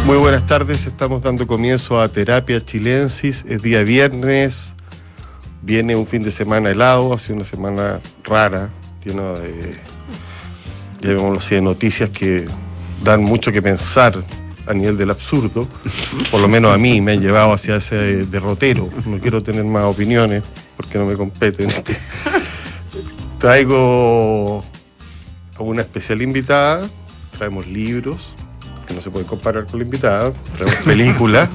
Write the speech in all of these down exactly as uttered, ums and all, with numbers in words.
Muy buenas tardes, estamos dando comienzo a Terapia Chilensis. Es día viernes, viene un fin de semana helado, ha sido una semana rara, llena de, llamémoslo así, de noticias que dan mucho que pensar a nivel del absurdo. Por lo menos a mí me han llevado hacia ese derrotero. No quiero tener más opiniones porque no me competen. Traigo a una especial invitada, traemos libros que no se puede comparar con la invitada, traemos películas.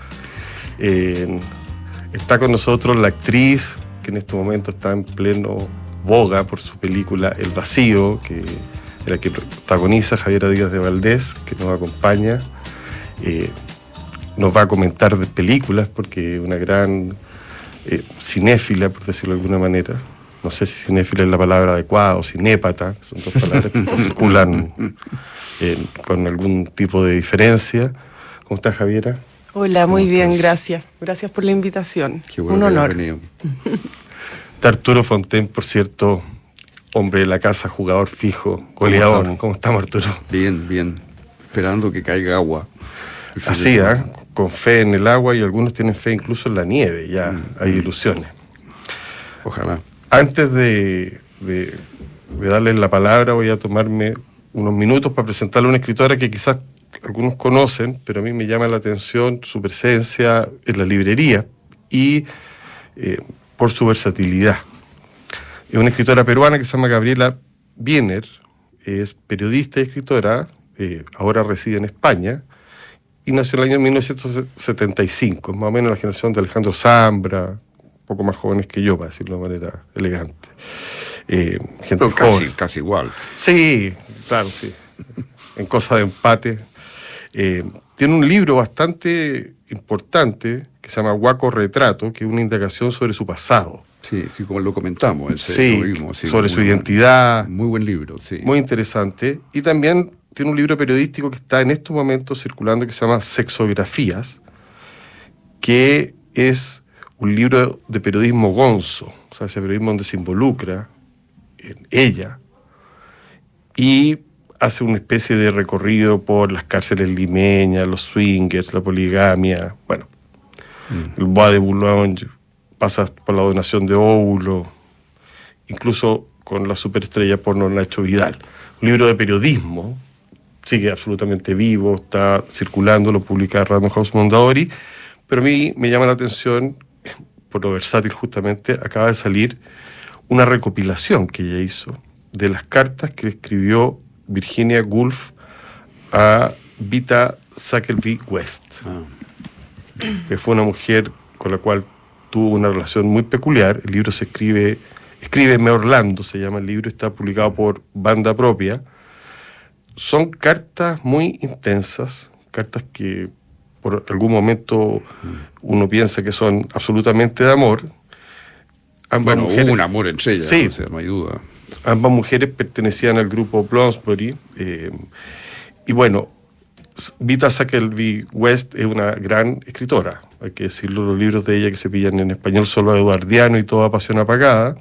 eh, está con nosotros la actriz que en este momento está en pleno boga por su película El Vacío, que es la que protagoniza Javiera Díaz de Valdés, que nos acompaña. Eh, nos va a comentar de películas porque es una gran eh, cinéfila, por decirlo de alguna manera. No sé si cinéfila es la palabra adecuada o cinépata, son dos palabras que circulan eh, con algún tipo de diferencia. ¿Cómo estás, Javiera? Hola, muy bien, gracias. Gracias por la invitación. Qué bueno. Un honor. Está Arturo Fontaine, por cierto, hombre de la casa, jugador fijo, goleador. ¿Cómo, ¿Cómo estamos, Arturo? Bien, bien. Esperando que caiga agua. Así, ¿eh? Con fe en el agua, y algunos tienen fe incluso en la nieve, ya mm. hay ilusiones. Ojalá. Antes de, de, de darles la palabra, voy a tomarme unos minutos para presentarle a una escritora que quizás algunos conocen, pero a mí me llama la atención su presencia en la librería y eh, por su versatilidad. Es una escritora peruana que se llama Gabriela Wiener, es periodista y escritora, eh, ahora reside en España, y nació en el año mil novecientos setenta y cinco, más o menos la generación de Alejandro Zambra, un poco más jóvenes que yo, para decirlo de manera elegante. Eh, gente Pero casi, joven. casi igual. Sí, claro, sí. En cosa de empate. Eh, tiene un libro bastante importante que se llama Guaco Retrato, que es una indagación sobre su pasado. Sí, sí, como lo comentamos. Ese, sí, lo vimos, sí, sobre su buen, identidad. Muy buen libro, sí. Muy interesante. Y también tiene un libro periodístico que está en estos momentos circulando que se llama Sexografías, que es un libro de periodismo gonzo, o sea, ese periodismo donde se involucra en ella y hace una especie de recorrido por las cárceles limeñas, los swingers, la poligamia, bueno, mm. el Bois de Boulogne, pasa por la donación de óvulos, incluso con la superestrella porno Nacho Vidal. Un libro de periodismo, sigue absolutamente vivo, está circulando, lo publica Random House Mondadori, pero a mí me llama la atención, por lo versátil justamente, acaba de salir una recopilación que ella hizo de las cartas que escribió Virginia Woolf a Vita Sackville-West, ah. que fue una mujer con la cual tuvo una relación muy peculiar. El libro se escribe, Escríbeme Orlando, se llama el libro, está publicado por Banda Propia. Son cartas muy intensas, cartas que por algún momento uno piensa que son absolutamente de amor. Ambas bueno, mujeres, hubo un amor entre ellas, sí, o sea, no hay duda. Ambas mujeres pertenecían al grupo Bloomsbury. Eh, y bueno, Vita Sackville-West es una gran escritora, hay que decirlo, los libros de ella que se pillan en español solo eduardiano y Toda pasión apagada.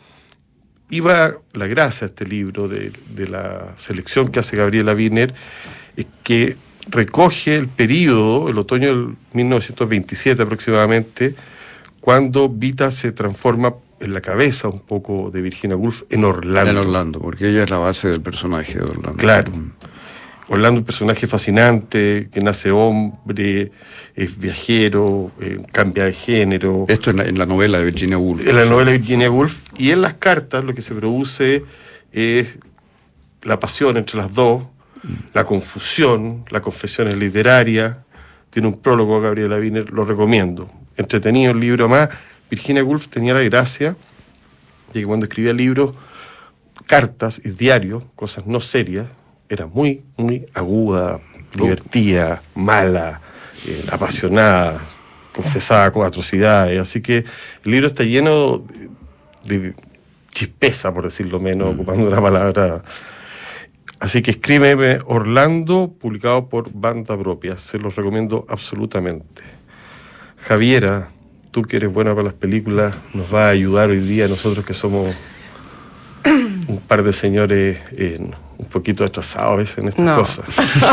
Y va la gracia de este libro, de, de la selección que hace Gabriela Wiener, es que recoge el periodo, el otoño del mil novecientos veintisiete aproximadamente, cuando Vita se transforma en la cabeza un poco de Virginia Woolf en Orlando. En Orlando, porque ella es la base del personaje de Orlando. Claro. Orlando, un personaje fascinante, que nace hombre, es viajero, eh, cambia de género. Esto en la, en la novela de Virginia Woolf. En la novela de Virginia Woolf. Y en las cartas lo que se produce es la pasión entre las dos, la confusión, la confesión es literaria. Tiene un prólogo a Gabriela Wiener, lo recomiendo. Entretenido el libro. Más, Virginia Woolf tenía la gracia de que cuando escribía libros, cartas y diarios, cosas no serias, era muy, muy aguda, divertida, mala, eh, apasionada, confesaba con atrocidades. Así que el libro está lleno de, de chispeza, por decirlo menos, mm. ocupando una palabra. Así que Escríbeme Orlando, publicado por Banda Propia. Se los recomiendo absolutamente. Javiera, tú que eres buena para las películas, nos va a ayudar hoy día, nosotros que somos un par de señores eh, un poquito atrasado a veces en estas no. cosas.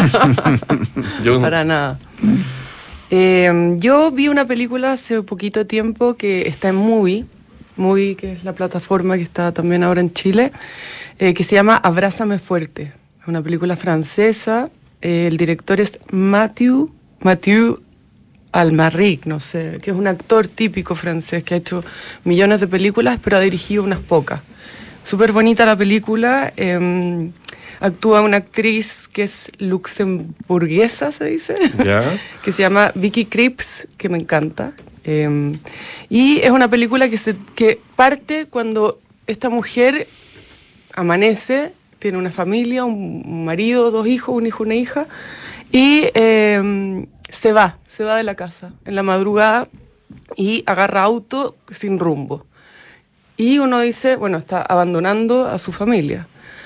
Yo, Para nada. Eh, yo vi una película hace poquito tiempo que está en Movie, Movie, que es la plataforma que está también ahora en Chile, eh, que se llama Abrázame Fuerte. Es una película francesa. Eh, el director es Mathieu, Mathieu Almaric, no sé, que es un actor típico francés que ha hecho millones de películas, pero ha dirigido unas pocas. Súper bonita la película. Eh, actúa una actriz que es luxemburguesa, se dice, ¿ya? que se llama Vicky Krieps, que me encanta. Eh, y es una película que, se, que parte cuando esta mujer amanece, tiene una familia, un, un marido, dos hijos, un hijo, una hija, y eh, se va, se va de la casa en la madrugada y agarra auto sin rumbo. Y uno dice, bueno, está abandonando a su familia.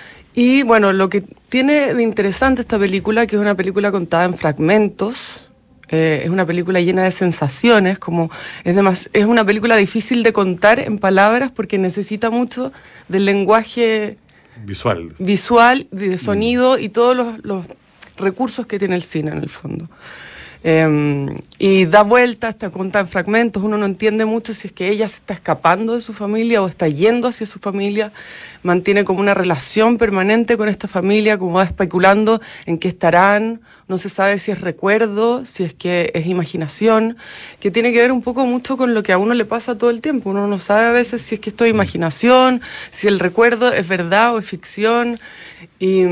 Y bueno, lo que tiene de interesante esta película, que es una película contada en fragmentos, eh, es una película llena de sensaciones, como es, demas- es una película difícil de contar en palabras porque necesita mucho del lenguaje Visual. visual, de sonido y todos los, los recursos que tiene el cine en el fondo. Eh, y da vueltas, está contada en fragmentos, uno no entiende mucho si es que ella se está escapando de su familia o está yendo hacia su familia, mantiene como una relación permanente con esta familia, como va especulando en qué estarán, no se sabe si es recuerdo, si es que es imaginación, que tiene que ver un poco mucho con lo que a uno le pasa todo el tiempo, uno no sabe a veces si es que esto es imaginación, si el recuerdo es verdad o es ficción, y,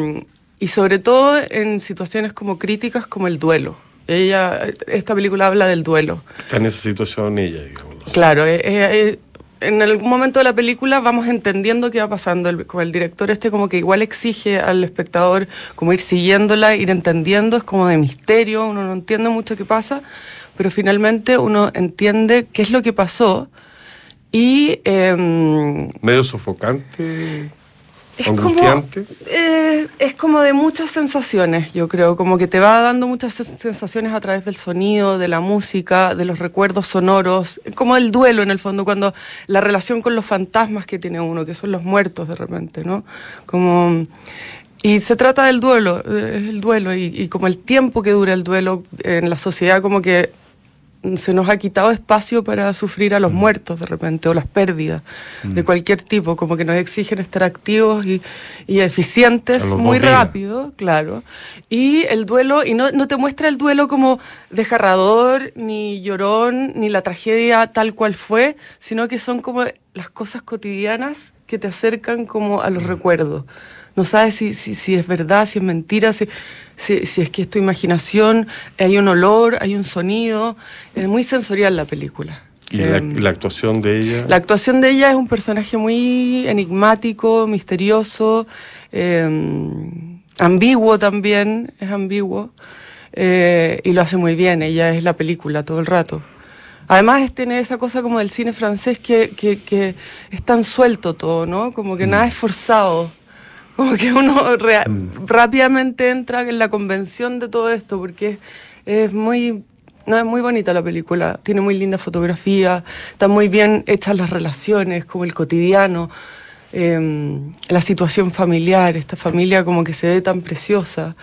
y sobre todo en situaciones como críticas como el duelo. Ella, esta película habla del duelo. Está en esa situación ella, digamos. Claro, eh, eh, en algún momento de la película vamos entendiendo qué va pasando. El, como el director este como que igual exige al espectador como ir siguiéndola, ir entendiendo, es como de misterio, uno no entiende mucho qué pasa, pero finalmente uno entiende qué es lo que pasó y... Eh, medio sofocante... Es como, eh, es como de muchas sensaciones, yo creo, como que te va dando muchas sensaciones a través del sonido, de la música, de los recuerdos sonoros, como el duelo en el fondo, cuando la relación con los fantasmas que tiene uno, que son los muertos de repente, ¿no? Como, y se trata del duelo, es el duelo y, y como el tiempo que dura el duelo en la sociedad, como que se nos ha quitado espacio para sufrir a los muertos de repente, o las pérdidas mm. de cualquier tipo, como que nos exigen estar activos y, y eficientes muy rápido, claro. Y el duelo, y no, no te muestra el duelo como desgarrador, ni llorón, ni la tragedia tal cual fue, sino que son como las cosas cotidianas que te acercan como a los mm. recuerdos. No sabes si, si, si es verdad, si es mentira, si, si, si es que es tu imaginación, hay un olor, hay un sonido. Es muy sensorial la película. ¿Y eh, la, la actuación de ella? La actuación de ella es un personaje muy enigmático, misterioso, eh, ambiguo también, es ambiguo, eh, y lo hace muy bien. Ella es la película todo el rato. Además es tener esa cosa como del cine francés que, que, que es tan suelto todo, ¿no? Como que mm. nada es forzado. Como que uno rea- mm. rápidamente entra en la convención de todo esto, porque es, es muy... No, es muy bonita la película, tiene muy linda fotografía, están muy bien hechas las relaciones, como el cotidiano, eh, la situación familiar, esta familia como que se ve tan preciosa.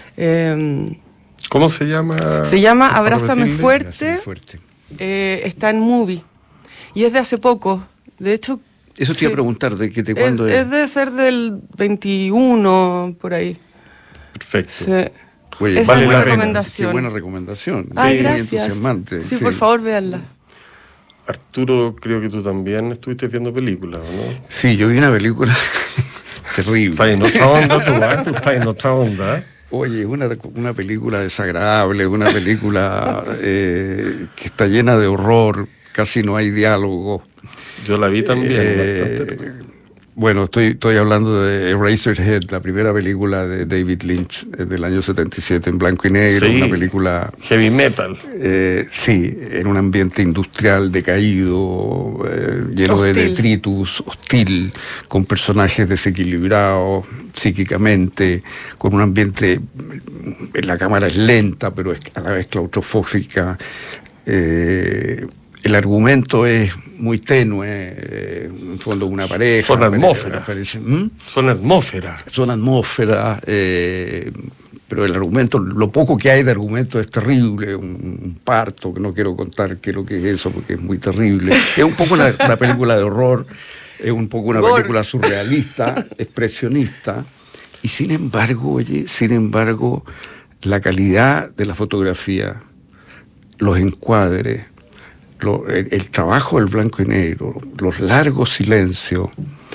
Eh, ¿Cómo se llama? Se llama Abrázame Fuerte, Abrázame Fuerte. Eh, está en Movie, y es de hace poco, de hecho... Eso te sí, iba a preguntar, ¿de, qué, de cuándo es? Es de ser del veintiuno, por ahí. Perfecto. Sí. Oye, esa vale es la buena pena. recomendación. Qué buena recomendación. Ay, sí, gracias. Muy entusiasmante. Sí, sí, por favor, véanla. Arturo, creo que tú también estuviste viendo películas, ¿no? Sí, yo vi una película terrible. Estás en otra onda tú, ¿eh? Tú estás en otra onda, ¿eh? Oye, una, una película desagradable, una película eh, que está llena de horror, casi no hay diálogo. Yo la vi también, eh, bastante. Bueno, estoy, estoy hablando de Eraserhead, la primera película de David Lynch del año setenta y siete, en blanco y negro, sí, una película... heavy metal. Eh, sí, en un ambiente industrial decaído, eh, lleno hostil. de detritus, hostil, con personajes desequilibrados psíquicamente, con un ambiente... La cámara es lenta, pero es a la vez claustrofóbica. Eh, el argumento es muy tenue, eh, en fondo una pareja. Son atmósferas. ¿Mm? Son atmósferas. Son atmósferas, eh, pero el argumento, lo poco que hay de argumento es terrible, un, un parto, que no quiero contar qué es lo que es eso, porque es muy terrible. Es un poco una, una película de horror, es un poco una película surrealista, expresionista, y sin embargo, oye, sin embargo, la calidad de la fotografía, los encuadres, lo, el, el trabajo del blanco y negro, los largos silencios,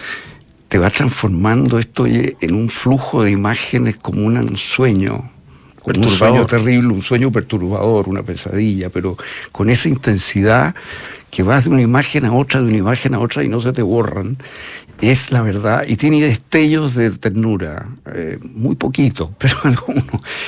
te va transformando esto, oye, en un flujo de imágenes como una, un sueño, como un sueño terrible, un sueño perturbador, una pesadilla, pero con esa intensidad que vas de una imagen a otra, de una imagen a otra y no se te borran. Es la verdad, y tiene destellos de ternura, eh, muy poquito, pero algunos.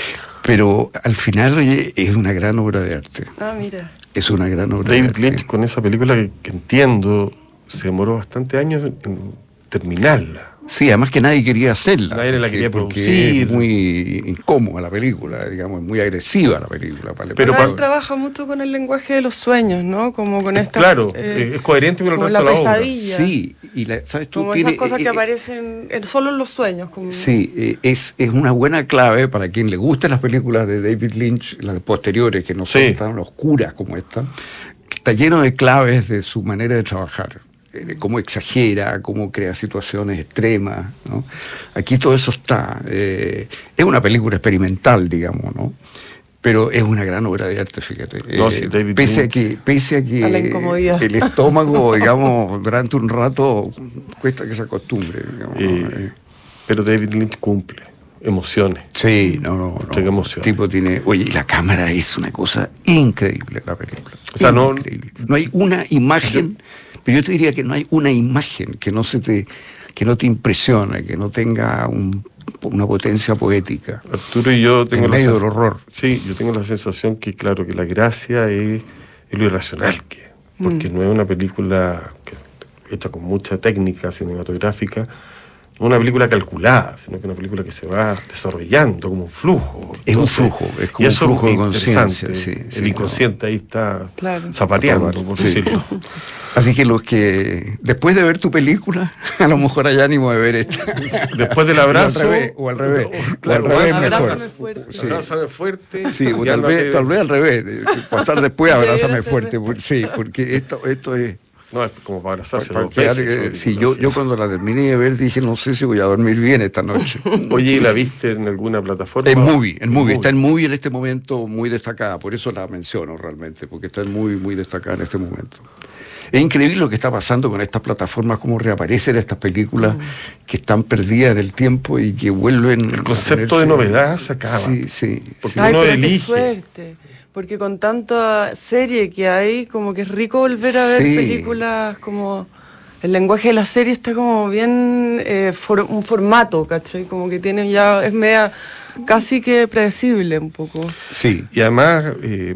Pero al final, oye, es una gran obra de arte. Ah, mira. Es una gran obra David de arte. David Lynch, con esa película que, que entiendo, se demoró bastante años en terminarla. Sí, además que nadie quería hacerla. Nadie porque, la quería porque producir. Es muy incómoda la película, digamos, es muy agresiva la película. Para Pero para él trabaja mucho con el lenguaje de los sueños, ¿no? Como con esta... Claro, eh, es coherente con el resto la de la obra. pesadilla. Sí, y la, ¿sabes tú? Como Tiene, esas cosas eh, que eh, aparecen en, solo en los sueños. Como... Sí, eh, es, es una buena clave para quien le gusten las películas de David Lynch, las posteriores, que no son Sí. tan oscuras como esta. Está lleno de claves de su manera de trabajar. Cómo exagera, cómo crea situaciones extremas, ¿no? Aquí todo eso está. Eh, es una película experimental, digamos, ¿no? Pero es una gran obra de arte, fíjate. No, eh, sí, David pese, a Lynch. que, pese a que A la incomodidad. el estómago, digamos, durante un rato cuesta que se acostumbre, digamos, ¿no? Eh, Eh, pero David Lynch cumple. Emociones. Sí, no, no, no. Qué emoción. El tipo tiene... Oye, y la cámara es una cosa increíble, la película. O sea, no- increíble. No hay una imagen, pero yo te diría que no hay una imagen que no se te, que no te impresione, que no tenga un- una potencia poética. Arturo y yo tengo En la medio sens- del horror. Sí, yo tengo la sensación que, claro, que la gracia es, es lo irracional que es, porque no es una película que- hecha con mucha técnica cinematográfica, no es una película calculada, sino que es una película que se va desarrollando como un flujo. Es un Entonces, flujo, es como y un eso flujo de es conciencia, interesante. sí, El sí, inconsciente ahí está Claro. zapateando, por Sí. decirlo. Así que los que, después de ver tu película, a lo mejor hay ánimo de ver esta. Después del abrazo... O al revés, o al revés. Claro, o al revés bueno, mejor. abrázame fuerte. Sí. Abrázame fuerte. Sí, o y tal ándate- vez, tal vez al revés, de- de pasar después, abrázame Debería ser fuerte, después. por- sí, porque esto, esto es... No, es como para abrazarse para dos quedar, veces, eh, eso, sí, no yo, sé. yo cuando la terminé de ver dije, no sé si voy a dormir bien esta noche. Oye, ¿y la viste en alguna plataforma? En Movie, en Movie, está en Movie en este momento muy destacada, por eso la menciono realmente, porque está en Movie muy destacada en este momento. Es increíble lo que está pasando con estas plataformas, cómo reaparecen estas películas que están perdidas en el tiempo y que vuelven. El concepto de novedad se acaba. Sí, sí. Porque sí. Ay, uno pero qué elige. suerte. Porque con tanta serie que hay, como que es rico volver a ver Sí. películas como... El lenguaje de la serie está como bien... eh, for- un formato, ¿cachai? Como que tiene ya... Es media... Casi que predecible un poco. Sí. Y además, eh,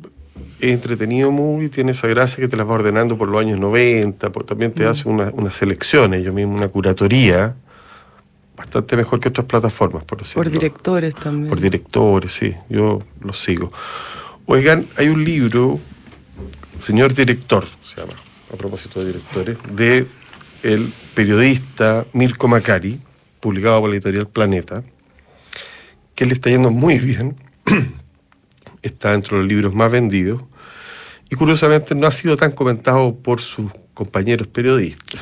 es entretenido Movie, tiene esa gracia que te las va ordenando por los años noventa, por, también te hace una, unas selecciones, yo mismo una curatoría, bastante mejor que otras plataformas, por decirlo. Por directores también. Por directores, sí, yo los sigo. Oigan, hay un libro, Señor Director, se llama, a propósito de directores, de el periodista Mirko Macari, publicado por la editorial Planeta, que le está yendo muy bien, está dentro de los libros más vendidos, y curiosamente no ha sido tan comentado por sus compañeros periodistas.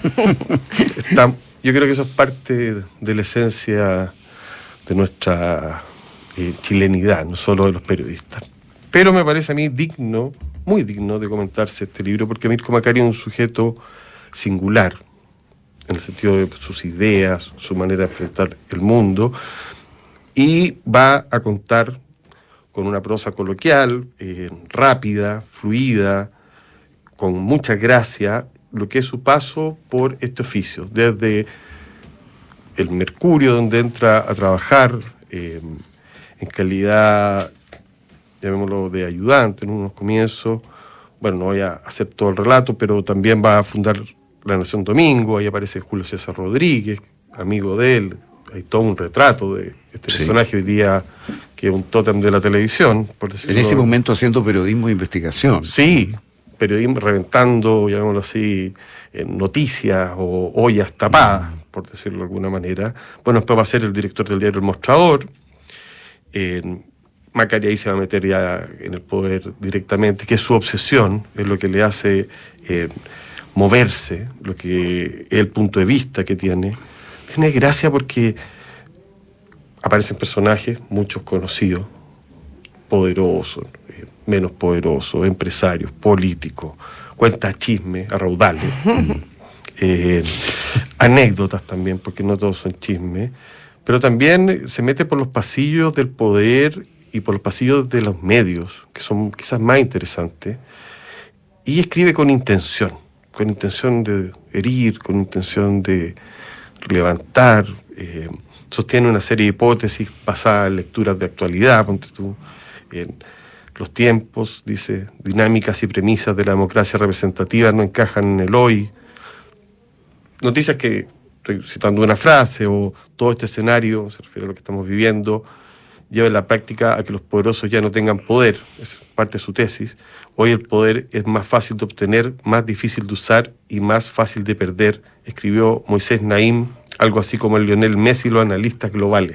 Está, yo creo que eso es parte de la esencia de nuestra eh, chilenidad, no solo de los periodistas. Pero me parece a mí digno, muy digno de comentarse este libro, porque Mirko Macari es un sujeto singular, en el sentido de sus ideas, su manera de enfrentar el mundo, y va a contar con una prosa coloquial, eh, rápida, fluida, con mucha gracia, lo que es su paso por este oficio, desde el Mercurio, donde entra a trabajar eh, en calidad, llamémoslo, de ayudante en unos comienzos. Bueno, no voy a hacer todo el relato, pero también va a fundar La Nación Domingo, ahí aparece Julio César Rodríguez, amigo de él, hay todo un retrato de este Sí. personaje hoy día que es un tótem de la televisión, por decirlo. En ese momento haciendo periodismo de investigación. Sí, periodismo reventando, llamémoslo así, en noticias o ollas tapadas, por decirlo de alguna manera. Bueno, después va a ser el director del diario El Mostrador. Eh, Macari ahí se va a meter ya en el poder directamente, que es su obsesión, es lo que le hace eh, moverse, lo que es el punto de vista que tiene. Tiene gracia porque aparecen personajes, muchos conocidos, poderosos, eh, menos poderosos, empresarios, políticos, cuenta chismes a raudales, eh, anécdotas también, porque no todos son chismes, pero también se mete por los pasillos del poder y por los pasillos de los medios, que son quizás más interesantes, y escribe con intención, con intención de herir, con intención de levantar, eh, sostiene una serie de hipótesis basadas en lecturas de actualidad, ponte tú, en los tiempos, dice, dinámicas y premisas de la democracia representativa no encajan en el hoy. Noticias que, estoy citando una frase, o todo este escenario, se refiere a lo que estamos viviendo, lleva en la práctica a que los poderosos ya no tengan poder, es parte de su tesis. Hoy el poder es más fácil de obtener, más difícil de usar y más fácil de perder, escribió Moisés Naim, algo así como el Lionel Messi, los analistas globales.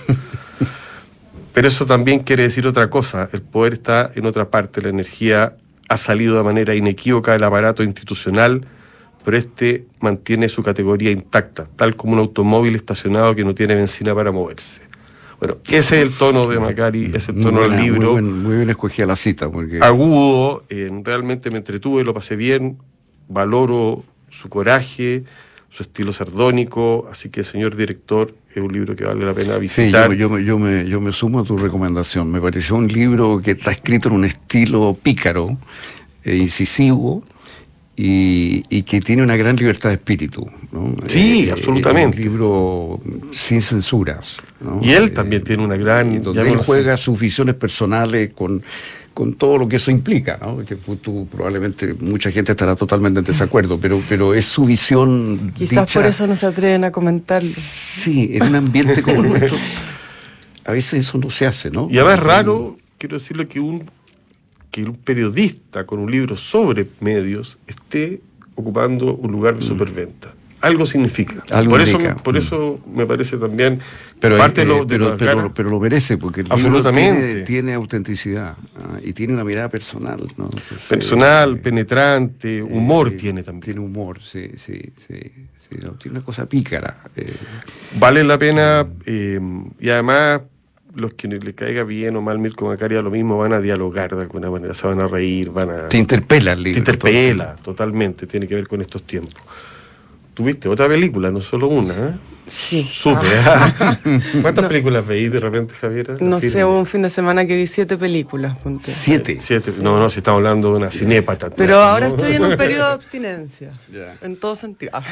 Pero eso también quiere decir otra cosa, el poder está en otra parte, la energía ha salido de manera inequívoca del aparato institucional, pero este mantiene su categoría intacta, tal como un automóvil estacionado que no tiene benzina para moverse. Bueno, ese es el tono de Macari, ese es el tono del libro. Muy bien, muy bien escogida la cita. Porque... agudo, eh, realmente me entretuve, lo pasé bien, valoro su coraje, su estilo sardónico, así que, señor director, es un libro que vale la pena visitar. Sí, yo, yo, yo, me, yo me sumo a tu recomendación. Me pareció un libro que está escrito en un estilo pícaro, eh, incisivo, y, y que tiene una gran libertad de espíritu, ¿no? Sí, eh, absolutamente. Es un libro sin censuras, ¿no? Y él eh, también tiene una gran... donde él juega sus visiones personales con, con todo lo que eso implica, ¿no? Que tú probablemente, mucha gente estará totalmente en desacuerdo, pero, pero es su visión. Quizás dicha, por eso no se atreven a comentarlo. Sí, en un ambiente como el nuestro, a veces eso no se hace, ¿no? Y además es raro, quiero decirle, que un, que un periodista con un libro sobre medios esté ocupando un lugar de superventa. Algo significa. Algo por eso, indica. por eso me parece también pero, parte eh, de lo, de pero, las pero, ganas. pero lo merece, porque el libro Absolutamente. tiene, tiene autenticidad, ¿ah? Y tiene una mirada personal, ¿no? Entonces, Personal, eh, penetrante, humor eh, tiene también. Tiene humor, sí, sí, sí, sí, no, tiene una cosa pícara. Eh. Vale la pena, eh, y además los que le caiga bien o mal Mirko Macari, a lo mismo, van a dialogar de alguna manera, se van a reír, van a... Te interpela el libro. Te interpela, totalmente, tiene que ver con estos tiempos. ¿Tuviste otra película, no solo una? ¿eh? Sí. Supe. Ah. ¿Cuántas no. películas veís de repente, Javiera? No sé, hubo un fin de semana que vi siete películas. Ponte. ¿Siete? Siete. Sí. No, no, si estamos hablando de una cinépata. Pero ahora ¿no? estoy en un periodo de abstinencia. Yeah. En todo sentido. Ah.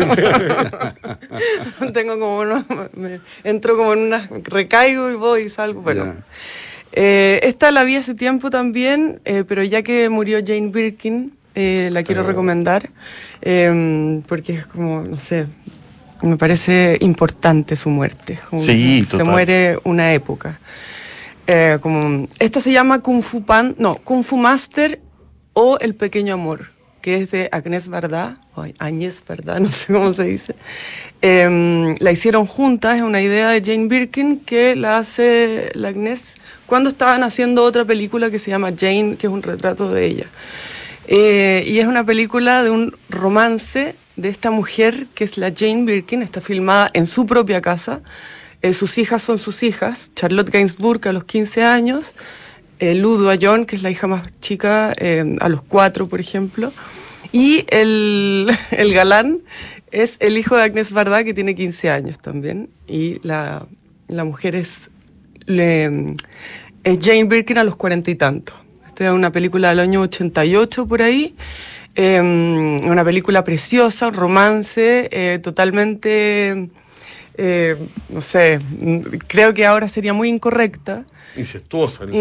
Tengo como uno, me entro como en una, recaigo y voy y salgo. Bueno. Yeah. Eh, esta la vi hace tiempo también, eh, pero ya que murió Jane Birkin, eh, la quiero uh. recomendar, eh, porque es como, no sé, me parece importante su muerte. Como sí, se total. muere una época. Eh, como, esta se llama Kung Fu Pan, no, Kung Fu Master o El Pequeño Amor, que es de Agnès Varda, o Agnès Varda, no sé cómo se dice. Eh, la hicieron juntas, es una idea de Jane Birkin que la hace la Agnès cuando estaban haciendo otra película que se llama Jane, que es un retrato de ella. Eh, y es una película de un romance de esta mujer que es la Jane Birkin, está filmada en su propia casa. Eh, sus hijas son sus hijas, Charlotte Gainsbourg a los quince años, eh, Lou Doyon, que es la hija más chica, eh, a los cuatro, por ejemplo, y el, el galán es el hijo de Agnès Varda, que tiene quince años también, y la, la mujer es, le, es Jane Birkin a los cuarenta y tantos. Esta es una película del año ochenta y ocho por ahí, eh, una película preciosa, un romance, eh, totalmente... Eh, no sé, creo que ahora sería muy incorrecta. Incestuosa. En Incest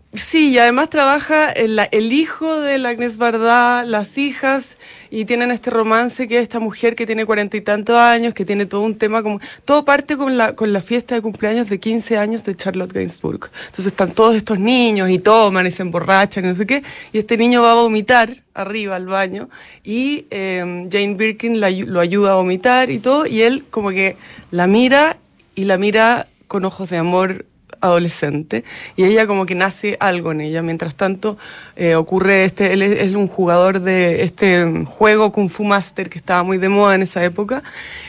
Sí, y además trabaja el, el hijo de la Agnès Varda, las hijas, y tienen este romance que es esta mujer que tiene cuarenta y tantos años, que tiene todo un tema como... Todo parte con la, con la fiesta de cumpleaños de quince años de Charlotte Gainsbourg. Entonces están todos estos niños y toman y se emborrachan y no sé qué, y este niño va a vomitar arriba al baño, y eh, Jane Birkin la, lo ayuda a vomitar y todo, y él como que la mira, y la mira con ojos de amor adolescente, y ella como que nace algo en ella. Mientras tanto eh, ocurre este, él es, es un jugador de este juego Kung Fu Master que estaba muy de moda en esa época,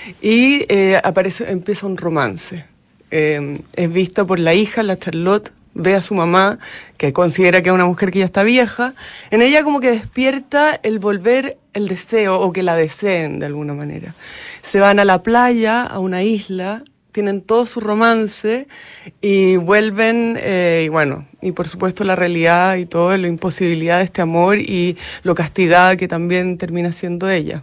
y eh, aparece, empieza un romance. Eh, es visto por la hija, la Charlotte, ve a su mamá, que considera que es una mujer que ya está vieja. En ella como que despierta el volver el deseo, o que la deseen de alguna manera. Se van a la playa, a una isla, tienen todo su romance y vuelven, eh, y bueno, y por supuesto la realidad y todo, la imposibilidad de este amor y lo castigada que también termina siendo ella.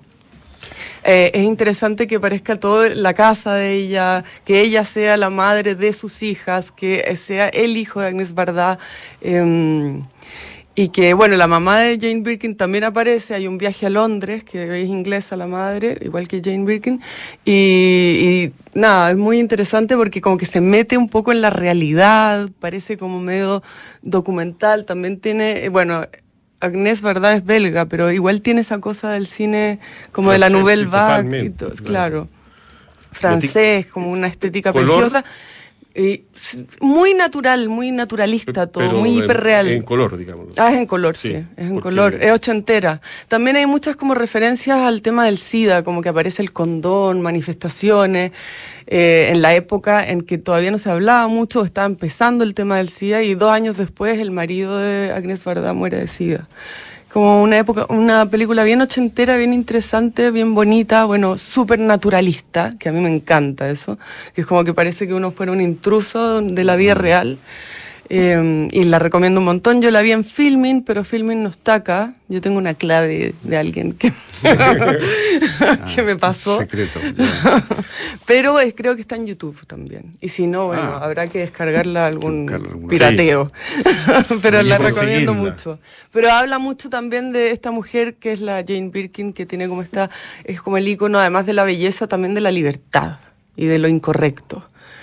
Eh, es interesante que parezca todo la casa de ella, que ella sea la madre de sus hijas, que sea el hijo de Agnès Varda, eh, y que, bueno, la mamá de Jane Birkin también aparece. Hay un viaje a Londres, que es inglesa la madre, igual que Jane Birkin, y, y nada, es muy interesante porque como que se mete un poco en la realidad, parece como medio documental. También tiene, bueno, Agnès Varda es belga, pero igual tiene esa cosa del cine como francés, de la Nouvelle Vague, y todo, claro, francés, como una estética ¿color? Preciosa. Y muy natural, muy naturalista todo, pero muy hiperreal. En color, digamos. Ah, es en color, sí, sí es en color, es ochentera. También hay muchas como referencias al tema del SIDA, como que aparece el condón, manifestaciones, eh, en la época en que todavía no se hablaba mucho, estaba empezando el tema del SIDA, y dos años después el marido de Agnès Varda muere de SIDA. Como una época, una película bien ochentera, bien interesante, bien bonita, bueno, súper naturalista, que a mí me encanta eso, que es como que parece que uno fuera un intruso de la vida real. Eh, y la recomiendo un montón. Yo la vi en Filmin, pero Filmin no está acá. Yo tengo una clave de alguien que, que me pasó. Secreto. Pero es, creo que está en YouTube también. Y si no, bueno, ah, habrá que descargarla algún algún pirateo. Sí. Pero la recomiendo seguirla. mucho. Pero habla mucho también de esta mujer que es la Jane Birkin, que tiene como esta, es como el ícono, además de la belleza, también de la libertad y de lo incorrecto.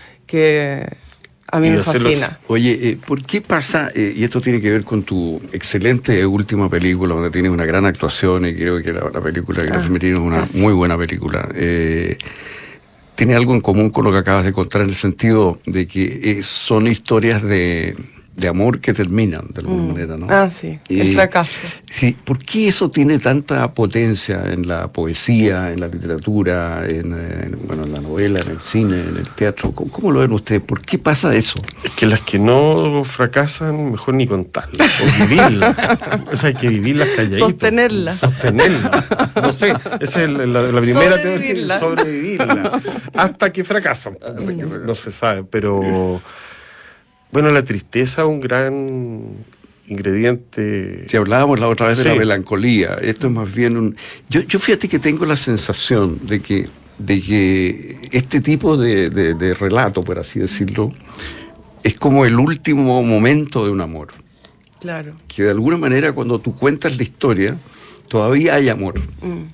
Que a mí me fascina. Oye, eh, ¿por qué pasa, eh, y esto tiene que ver con tu excelente última película, donde tienes una gran actuación, y creo que la, la película de Gracia ah, Merino es una gracias. muy buena película, eh, tiene algo en común con lo que acabas de contar, en el sentido de que eh, son historias de, de amor que terminan, de alguna mm. manera, ¿no? Ah, sí, y, el fracaso. Sí, ¿por qué eso tiene tanta potencia en la poesía, en la literatura, en, en, bueno, en la novela, en el cine, en el teatro? ¿Cómo, cómo lo ven ustedes? ¿Por qué pasa eso? Es que las que no fracasan, mejor ni contarlas, o vivirlas. O sea, hay que vivirlas calladitas. Sostenerlas. Sostenerlas. No sé, esa es la, la, la primera teoría, sobrevivirla. Hasta que fracasan. No se sabe, pero... Bueno, la tristeza es un gran ingrediente. Si hablábamos la otra vez sí. de la melancolía, esto es más bien un... Yo, yo fíjate que tengo la sensación de que, de que este tipo de, de, de relato, por así decirlo, es como el último momento de un amor. Claro. Que de alguna manera cuando tú cuentas la historia, todavía hay amor. Mm.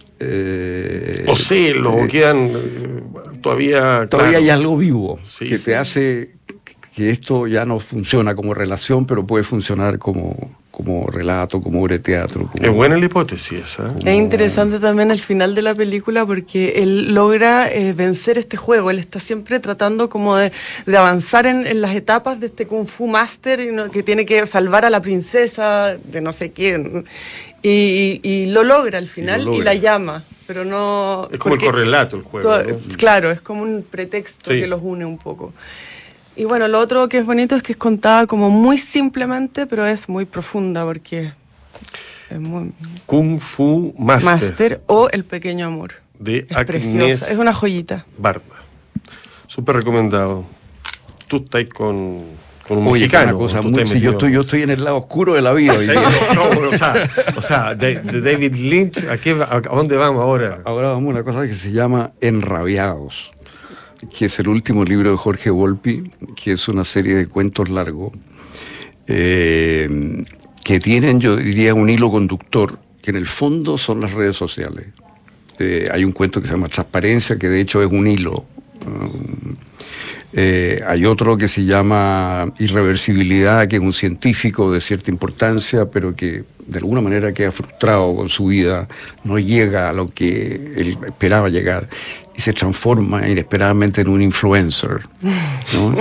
Eh, o celos, eh, quedan todavía... Todavía claro. hay algo vivo sí, que sí. te hace... que esto ya no funciona como relación, pero puede funcionar como, como relato, como obra de teatro. Como, es buena la hipótesis esa. Como... Es interesante también el final de la película, porque él logra eh, vencer este juego. Él está siempre tratando como de, de avanzar en, en las etapas de este Kung Fu Master, y no, que tiene que salvar a la princesa de no sé quién. Y, y, y lo logra al final, logra. y la llama. Pero no... Es como el correlato el juego. Todo, ¿no? Claro, es como un pretexto sí. que los une un poco. Y bueno, lo otro que es bonito es que es contada como muy simplemente, pero es muy profunda, porque es muy... Kung Fu Master. Master o El Pequeño Amor. De es preciosa, es una joyita. Varda. Súper recomendado. Tú estás con, con un Oye, mexicano. Una cosa muy, sí, yo, estoy, yo estoy en el lado oscuro de la vida. Hoy no, no, o sea, o sea de, de David Lynch, ¿a, qué, ¿a dónde vamos ahora? Ahora vamos a una cosa que se llama Enrabiados, que es el último libro de Jorge Volpi, que es una serie de cuentos largos, eh, que tienen, yo diría, un hilo conductor, que en el fondo son las redes sociales. Eh, hay un cuento que se llama Transparencia, que de hecho es un hilo. Um, eh, hay otro que se llama Irreversibilidad, que es un científico de cierta importancia, pero que de alguna manera queda frustrado con su vida, no llega a lo que él esperaba llegar y se transforma inesperadamente en un influencer, ¿no?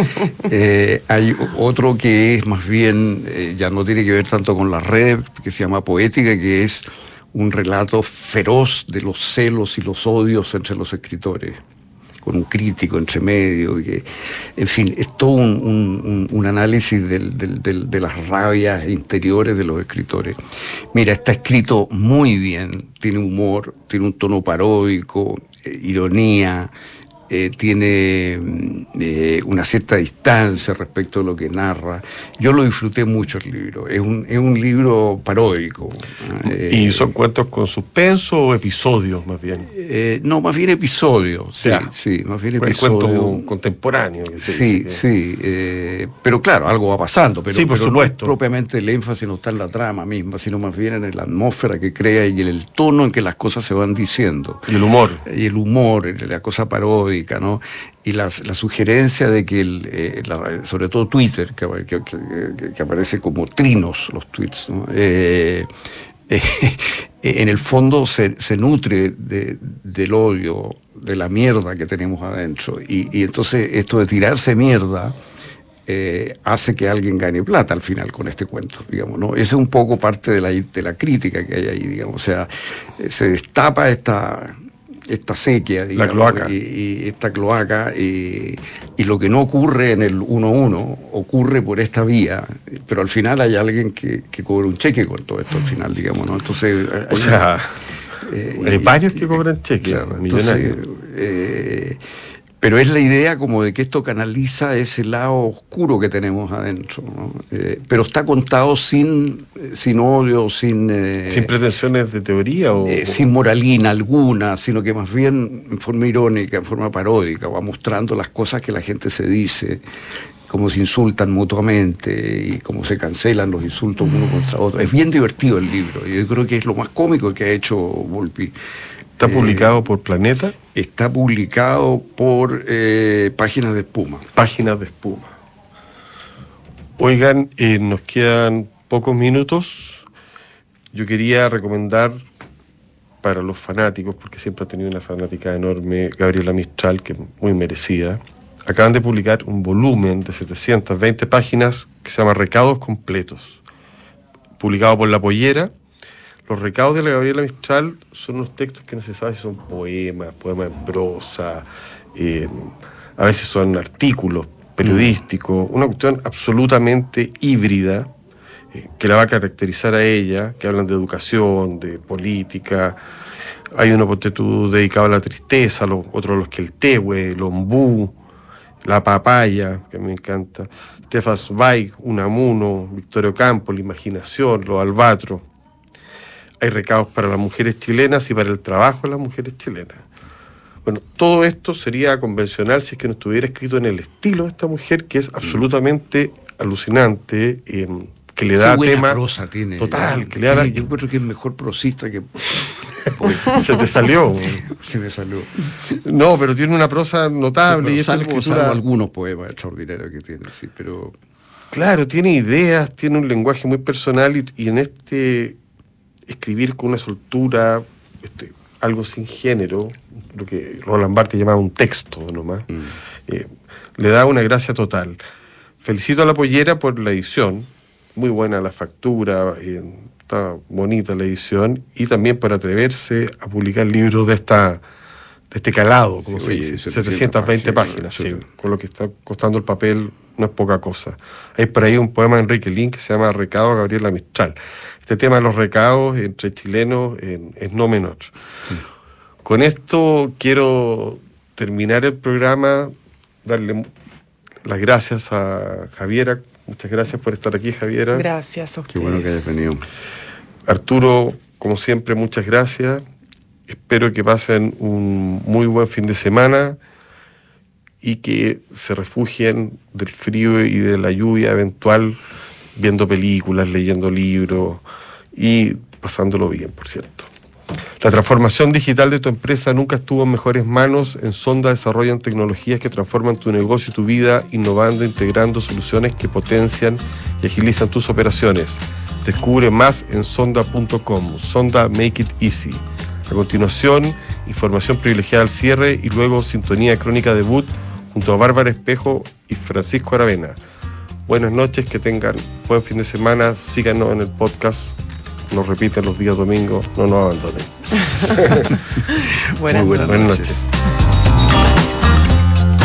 eh, hay otro que es más bien, eh, ya no tiene que ver tanto con las redes, que se llama Poética, que es un relato feroz de los celos y los odios entre los escritores, con un crítico entre medio, que, en fin, es todo un, un, un análisis del, del, del, de las rabias interiores de los escritores. Mira, está escrito muy bien, tiene humor, tiene un tono paródico, eh, ironía, eh, tiene eh, una cierta distancia respecto a lo que narra. Yo lo disfruté mucho el libro, es un, es un libro paródico. Eh, ¿Y son cuentos con suspenso o episodios más bien? Eh, no, más bien episodios, sí, ya. sí, más bien episodios. Cuento contemporáneo. Que se sí, dice, sí, eh, pero claro, algo va pasando, pero, sí, por pero supuesto. No, propiamente el énfasis no está en la trama misma, sino más bien en la atmósfera que crea y en el tono en que las cosas se van diciendo. Y el humor. Y el humor, la cosa paródica, ¿no? Y la, la sugerencia de que, el, eh, la, sobre todo Twitter, que, que, que, que aparece como trinos los tweets, ¿no? Eh, eh, en el fondo se, se nutre de, del odio, de la mierda que tenemos adentro. Y, y entonces esto de tirarse mierda eh, hace que alguien gane plata al final con este cuento, digamos, ¿no? Esa es un poco parte de la, de la crítica que hay ahí, digamos. O sea, se destapa esta... esta sequía, digamos, la cloaca. Y, y esta cloaca, y, y lo que no ocurre en el uno a uno, ocurre por esta vía, pero al final hay alguien que, que cobra un cheque con todo esto al final, digamos, ¿no? Entonces... O hay, sea, eh, hay varios que cobran cheques, claro, millonarios. Entonces, eh, pero es la idea como de que esto canaliza ese lado oscuro que tenemos adentro, ¿no? Eh, pero está contado sin, sin odio, sin... Eh, ¿Sin pretensiones de teoría? O... Eh, sin moralina alguna, sino que más bien en forma irónica, en forma paródica, va mostrando las cosas que la gente se dice, cómo se insultan mutuamente y cómo se cancelan los insultos uno contra otro. Es bien divertido el libro, yo creo que es lo más cómico que ha hecho Volpi. ¿Está publicado eh, por Planeta? Está publicado por eh, Páginas de Espuma. Páginas de Espuma. Oigan, eh, nos quedan pocos minutos. Yo quería recomendar para los fanáticos, porque siempre ha tenido una fanática enorme, Gabriela Mistral, que es muy merecida. Acaban de publicar un volumen de setecientas veinte páginas que se llama Recados Completos, publicado por La Pollera. Los recados de la Gabriela Mistral son unos textos que no se sabe si son poemas, poemas en prosa, eh, a veces son artículos periodísticos, una cuestión absolutamente híbrida, eh, que la va a caracterizar a ella, que hablan de educación, de política. Hay uno, ponte tú, dedicado a la tristeza, los, otros los que el tehue, el ombú, la papaya, que me encanta, Stefan Zweig, Unamuno, Victorio Campo, la imaginación, los albatros. Hay recados para las mujeres chilenas y para el trabajo de las mujeres chilenas. Bueno, todo esto sería convencional si es que no estuviera escrito en el estilo de esta mujer, que es absolutamente alucinante, eh, que le da Qué tema prosa tiene. total, Yo, que le da la... yo creo que es mejor prosista que... Se te salió. Se me salió. No, pero tiene una prosa notable. Sí, y salvo, escritura... salvo algunos poemas extraordinarios que tiene, sí, pero... Claro, tiene ideas, tiene un lenguaje muy personal y, y en este... escribir con una soltura, este, algo sin género, lo que Roland Barthes llamaba un texto nomás, mm. eh, le da una gracia total. Felicito a La Pollera por la edición, muy buena la factura, eh, está bonita la edición, y también por atreverse a publicar libros de esta de este calado, como sí, se dice, setecientas, setecientas veinte páginas, páginas sí, con lo que está costando el papel no es poca cosa. Hay por ahí un poema de Enrique Lin que se llama Recado a Gabriela Mistral. Este tema de los recados entre chilenos eh, es no menor. Sí. Con esto quiero terminar el programa, darle las gracias a Javiera. Muchas gracias por estar aquí, Javiera. Gracias a ustedes. Qué bueno que hayas venido. Arturo, como siempre, muchas gracias. Espero que pasen un muy buen fin de semana y que se refugien del frío y de la lluvia eventual viendo películas, leyendo libros y pasándolo bien, por cierto. La transformación digital de tu empresa nunca estuvo en mejores manos. En Sonda desarrollan tecnologías que transforman tu negocio y tu vida, innovando, integrando soluciones que potencian y agilizan tus operaciones. Descubre más en sonda punto com. Sonda, make it easy. A continuación, información privilegiada al cierre y luego sintonía crónica debut junto a Bárbara Espejo y Francisco Aravena. Buenas noches, que tengan buen fin de semana. Síganos en el podcast. Nos repiten los días domingos, no nos abandonen. Buenas, Muy buenas noches. noches.